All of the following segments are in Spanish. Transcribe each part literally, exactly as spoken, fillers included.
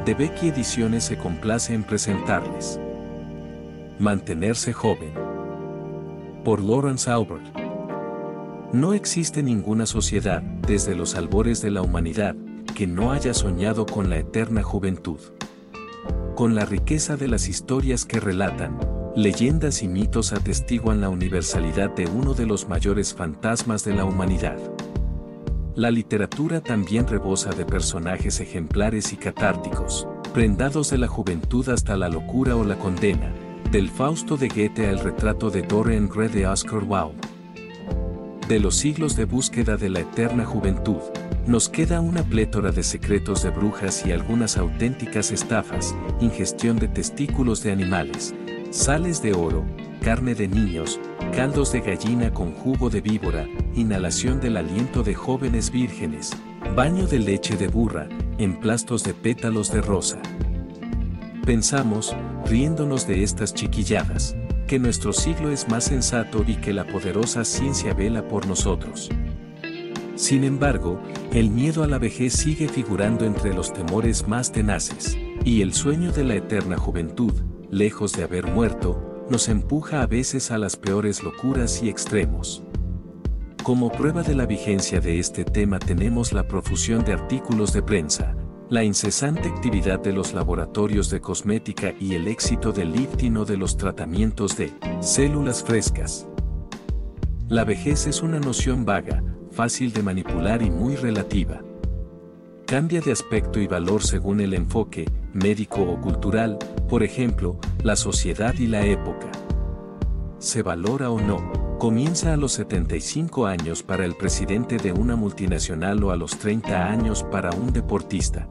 de Becky Ediciones se complace en presentarles Mantenerse joven, por Laurence Albert. No existe ninguna sociedad, desde los albores de la humanidad, que no haya soñado con la eterna juventud. Con la riqueza de las historias que relatan, leyendas y mitos atestiguan la universalidad de uno de los mayores fantasmas de la humanidad. La literatura también rebosa de personajes ejemplares y catárticos, prendados de la juventud hasta la locura o la condena, del Fausto de Goethe al retrato de Dorian Gray de Oscar Wilde. De los siglos de búsqueda de la eterna juventud, nos queda una plétora de secretos de brujas y algunas auténticas estafas, ingestión de testículos de animales, sales de oro, carne de niños, caldos de gallina con jugo de víbora, inhalación del aliento de jóvenes vírgenes, baño de leche de burra, emplastos de pétalos de rosa. Pensamos, riéndonos de estas chiquilladas, que nuestro siglo es más sensato y que la poderosa ciencia vela por nosotros. Sin embargo, el miedo a la vejez sigue figurando entre los temores más tenaces, y el sueño de la eterna juventud, lejos de haber muerto, nos empuja a veces a las peores locuras y extremos. Como prueba de la vigencia de este tema tenemos la profusión de artículos de prensa, la incesante actividad de los laboratorios de cosmética y el éxito del lifting o de los tratamientos de células frescas. La vejez es una noción vaga, fácil de manipular y muy relativa. Cambia de aspecto y valor según el enfoque, médico o cultural, por ejemplo, la sociedad y la época. ¿Se valora o no? Comienza a los setenta y cinco años para el presidente de una multinacional o a los treinta años para un deportista.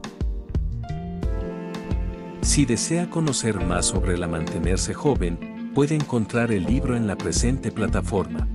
Si desea conocer más sobre la mantenerse joven, puede encontrar el libro en la presente plataforma.